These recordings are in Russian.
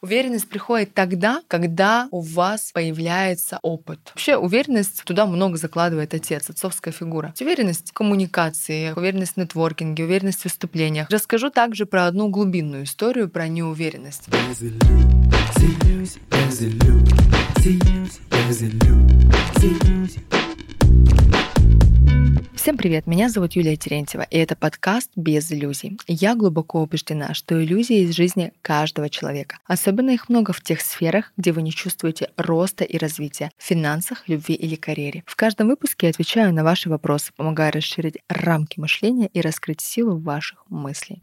Уверенность приходит тогда, когда у вас появляется опыт. Вообще уверенность туда много закладывает отец, отцовская фигура. Уверенность в коммуникации, уверенность в нетворкинге, уверенность в выступлениях. Расскажу также про одну глубинную историю про неуверенность. Всем привет, меня зовут Юлия Терентьева, и это подкаст «Без иллюзий». Я глубоко убеждена, что иллюзии из жизни каждого человека. Особенно их много в тех сферах, где вы не чувствуете роста и развития — в финансах, любви или карьере. В каждом выпуске я отвечаю на ваши вопросы, помогая расширить рамки мышления и раскрыть силу ваших мыслей.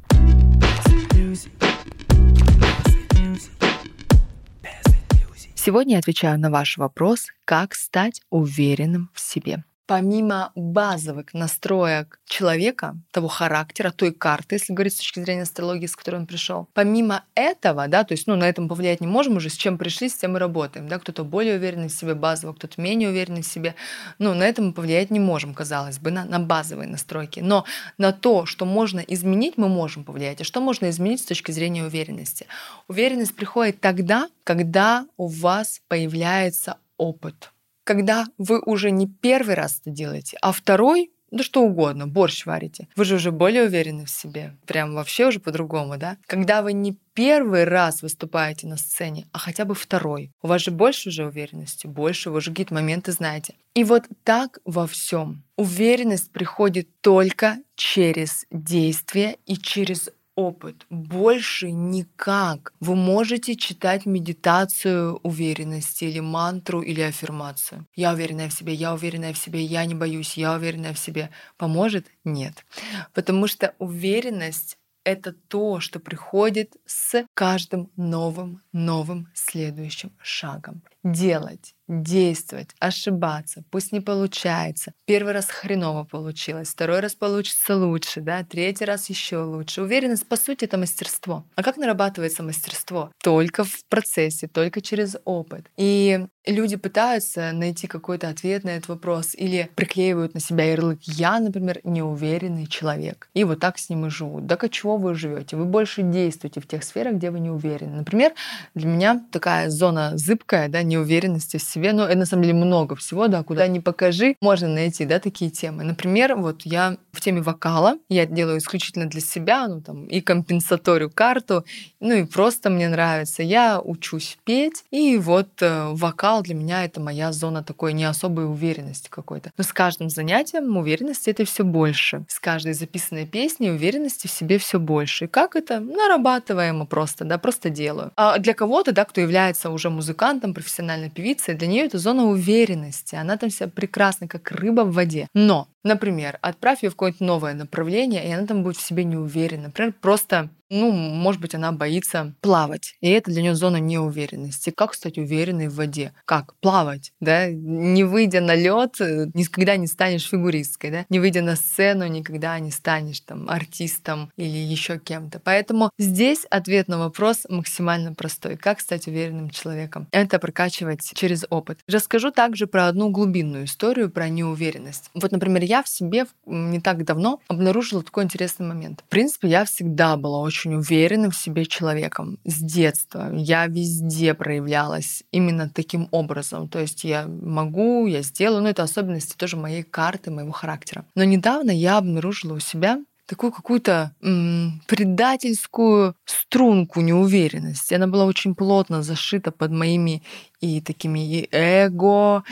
Сегодня я отвечаю на ваш вопрос, как стать уверенным в себе. Помимо базовых настроек человека, того характера, той карты, если говорить с точки зрения астрологии, с которой он пришел, помимо этого, да, то есть, на этом повлиять не можем уже, с чем пришли, с тем и работаем, да, кто-то более уверенный в себе базово, кто-то менее уверенный в себе, на это мы повлиять не можем, казалось бы, на базовые настройки, но на то, что можно изменить, мы можем повлиять, а что можно изменить с точки зрения уверенности? Уверенность приходит тогда, когда у вас появляется опыт. Когда вы уже не первый раз это делаете, а второй, да что угодно, борщ варите, вы же уже более уверены в себе, прям вообще уже по-другому, да? Когда вы не первый раз выступаете на сцене, а хотя бы второй, у вас же больше уже уверенности, больше, вы же какие-то моменты знаете. И вот так во всем. Уверенность приходит только через действие и через опыт. Больше никак. Вы можете читать медитацию уверенности или мантру или аффирмацию. Я уверенная в себе, я уверенная в себе, я не боюсь, я уверенная в себе. Поможет? Нет. Потому что уверенность — это то, что приходит с каждым новым следующим шагом. Делать, действовать, ошибаться, пусть не получается. Первый раз хреново получилось, второй раз получится лучше, да, третий раз еще лучше. Уверенность, по сути, это мастерство. А как нарабатывается мастерство? Только в процессе, только через опыт. И люди пытаются найти какой-то ответ на этот вопрос или приклеивают на себя ярлык «я, например, неуверенный человек». И вот так с ним и живут. Так от чего вы живете? Вы больше действуете в тех сферах, где вы не уверены. Например, для меня такая зона зыбкая, да, неуверенности в себе, но это на самом деле много всего, да, куда ни покажи, можно найти, да, такие темы. Например, вот я в теме вокала, я делаю исключительно для себя, и компенсаторю карту, и просто мне нравится. Я учусь петь, и вот вокал для меня — это моя зона такой не особой уверенности какой-то. Но с каждым занятием уверенности это все больше. С каждой записанной песней уверенности в себе все больше. И как это? Нарабатываемо просто, да, просто делаю. А для кого-то, да, кто является уже музыкантом, профессиональной певицей, для нее это зона уверенности. Она там вся прекрасна, как рыба в воде. Но, например, отправь ее в какое-то новое направление, и она там будет в себе не уверена. Например, просто может быть, она боится плавать, и это для нее зона неуверенности. Как стать уверенной в воде? Как? Плавать, да? Не выйдя на лед, никогда не станешь фигуристкой, да? Не выйдя на сцену, никогда не станешь артистом или еще кем-то. Поэтому здесь ответ на вопрос максимально простой. Как стать уверенным человеком? Это прокачивать через опыт. Расскажу также про одну глубинную историю про неуверенность. Вот, например, я в себе не так давно обнаружила такой интересный момент. В принципе, я всегда была очень уверенным в себе человеком. С детства я везде проявлялась именно таким образом. То есть я могу, я сделаю, но это особенности тоже моей карты, моего характера. Но недавно я обнаружила у себя такую какую-то предательскую струнку неуверенности. Она была очень плотно зашита под моими и такими и эго,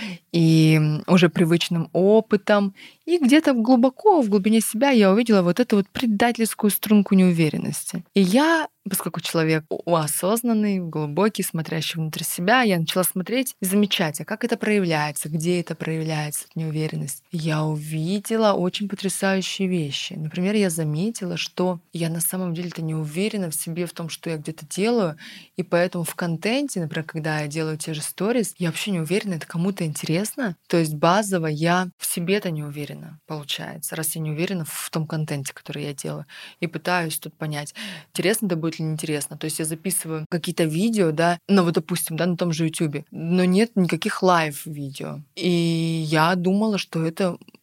и уже привычным опытом. И где-то глубоко в глубине себя я увидела вот эту вот предательскую струнку неуверенности. И я, поскольку человек осознанный, глубокий, смотрящий внутрь себя, я начала смотреть и замечать, а как это проявляется, где это проявляется, эта неуверенность. Я увидела очень потрясающие вещи. Например, я заметила, что я на самом деле-то не уверена в себе, в том, что я где-то делаю, и поэтому в контенте, например, когда я делаю те же сторис, я вообще не уверена, это кому-то интересно. То есть базово я в себе-то не уверена, получается, раз я не уверена в том контенте, который я делаю. И пытаюсь тут понять, интересно это будет или неинтересно. То есть я записываю какие-то видео, да, вот, допустим, да, на том же YouTube, но нет никаких лайв-видео. И я думала, что это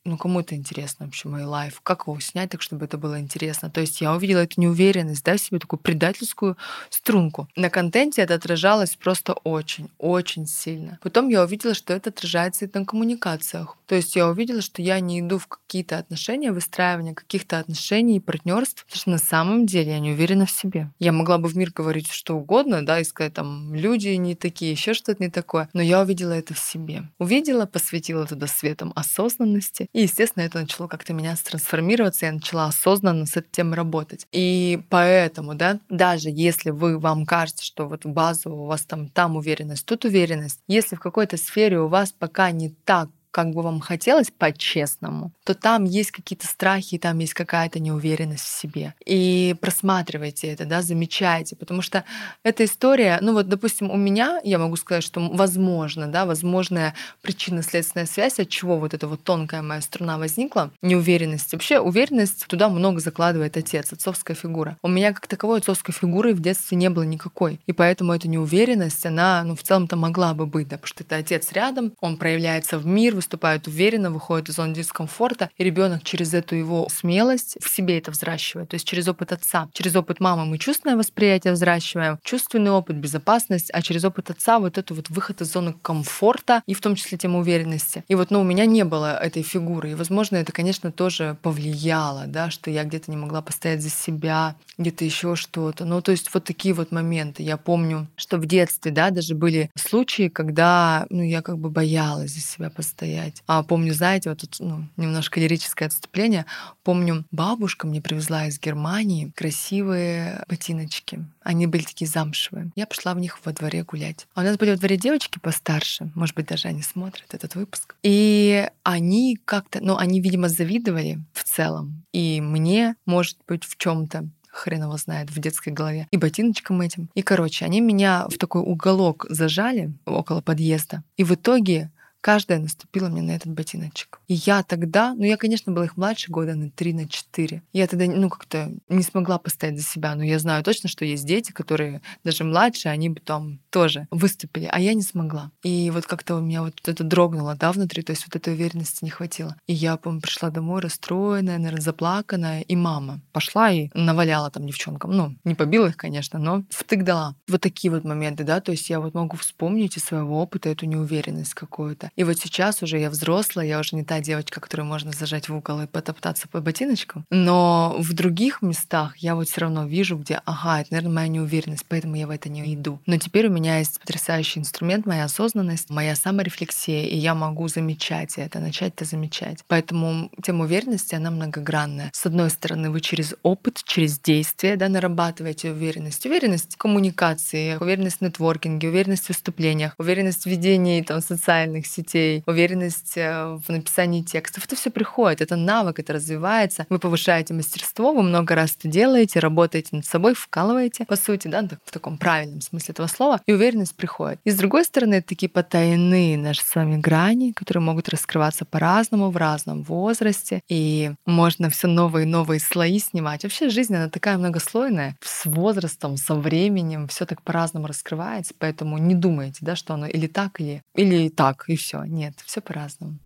кому это интересно вообще, мой лайф? Как его снять так, чтобы это было интересно? То есть я увидела эту неуверенность, да, в себе такую предательскую струнку. На контенте это отражалось просто очень сильно. Потом я увидела, что это отражается и на коммуникациях. То есть я увидела, что я не иду в какие-то отношения, выстраивание каких-то отношений и партнерств, потому что на самом деле я не уверена в себе. Я могла бы в мир говорить что угодно, да, и сказать там, люди не такие, еще что-то не такое, но я увидела это в себе. Увидела, посветила туда светом осознанности, и, естественно, это начало как-то меня трансформироваться, я начала осознанно с этой темой работать. И поэтому, да, даже если вам кажется, что вот базово у вас там уверенность, тут уверенность, если в какой-то сфере у вас пока не так, как бы вам хотелось по-честному, то там есть какие-то страхи, там есть какая-то неуверенность в себе. И просматривайте это, да, замечайте, потому что эта история, допустим, у меня, я могу сказать, что возможно, да, возможная причинно-следственная связь, от чего вот эта вот тонкая моя струна возникла, неуверенность. Вообще уверенность туда много закладывает отец, отцовская фигура. У меня как таковой отцовской фигуры в детстве не было никакой. И поэтому эта неуверенность, она, в целом-то могла бы быть, да, потому что это отец рядом, он проявляется в мир, выступает уверенно, выходит из зоны дискомфорта, и ребенок через эту его смелость в себе это взращивает. То есть через опыт отца, через опыт мамы мы чувственное восприятие взращиваем, чувственный опыт, безопасность, а через опыт отца вот это вот выход из зоны комфорта и в том числе тема уверенности. И вот, у меня не было этой фигуры, и, возможно, это, конечно, тоже повлияло, да, что я где-то не могла постоять за себя, где-то еще что-то. То есть вот такие вот моменты. Я помню, что в детстве, да, даже были случаи, когда, я как бы боялась за себя постоять. А помню, знаете, вот тут немножко лирическое отступление. Помню, бабушка мне привезла из Германии красивые ботиночки. Они были такие замшевые. Я пошла в них во дворе гулять. А у нас были во дворе девочки постарше. Может быть, даже они смотрят этот выпуск. И они как-то, они, видимо, завидовали в целом. И мне, может быть, в чем-то хрен его знает, в детской голове, и ботиночкам этим. И, они меня в такой уголок зажали около подъезда. И в итоге каждая наступила мне на этот ботиночек. И я тогда, я, конечно, была их младше года на 3, на 4. Я тогда, как-то не смогла постоять за себя. Но я знаю точно, что есть дети, которые даже младше, они бы там тоже выступили, а я не смогла. И вот как-то у меня вот это дрогнуло, да, внутри, то есть вот этой уверенности не хватило. И я, помню, пришла домой расстроенная, наверное, заплаканная, и мама пошла и наваляла там девчонкам. Не побила их, конечно, но втык дала. Вот такие вот моменты, да, то есть я вот могу вспомнить из своего опыта эту неуверенность какую-то. И вот сейчас уже я взрослая, я уже не та девочка, которую можно зажать в угол и потоптаться по ботиночкам. Но в других местах я вот все равно вижу, где, это, наверное, моя неуверенность, поэтому я в это не иду. Но теперь у меня есть потрясающий инструмент, моя осознанность, моя саморефлексия, и я могу замечать это, начать это замечать. Поэтому тема уверенности, она многогранная. С одной стороны, вы через опыт, через действие, да, нарабатываете уверенность. Уверенность в коммуникации, уверенность в нетворкинге, уверенность в выступлениях, уверенность в ведении социальных сетей, уверенность в написании текстов. Это все приходит, это навык, это развивается. Вы повышаете мастерство, вы много раз это делаете, работаете над собой, вкалываете, по сути, да, в таком правильном смысле этого слова, и уверенность приходит. И с другой стороны, это такие потайные наши с вами грани, которые могут раскрываться по-разному, в разном возрасте, и можно все новые и новые слои снимать. Вообще жизнь, она такая многослойная, с возрастом, со временем, все так по-разному раскрывается, поэтому не думайте, да, что оно или так, или так, и все. Нет, все по-разному.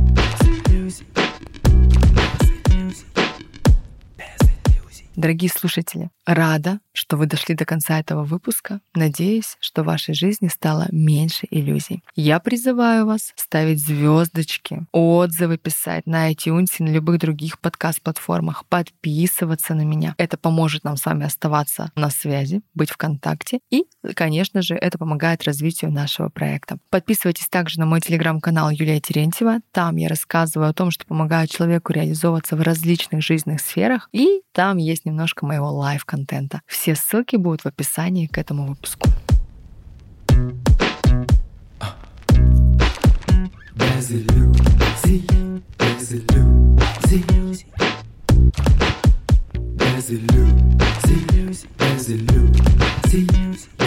Дорогие слушатели, рада, что вы дошли до конца этого выпуска. Надеюсь, что в вашей жизни стало меньше иллюзий. Я призываю вас ставить звездочки, отзывы писать на iTunes и на любых других подкаст-платформах, подписываться на меня. Это поможет нам с вами оставаться на связи, быть в контакте. И, конечно же, это помогает развитию нашего проекта. Подписывайтесь также на мой телеграм-канал Юлия Терентьева. Там я рассказываю о том, что помогаю человеку реализовываться в различных жизненных сферах. И там есть немножко моего лайв-контента. Все ссылки будут в описании к этому выпуску. Без иллюзий, без иллюзий, без иллюзий, без иллюзий.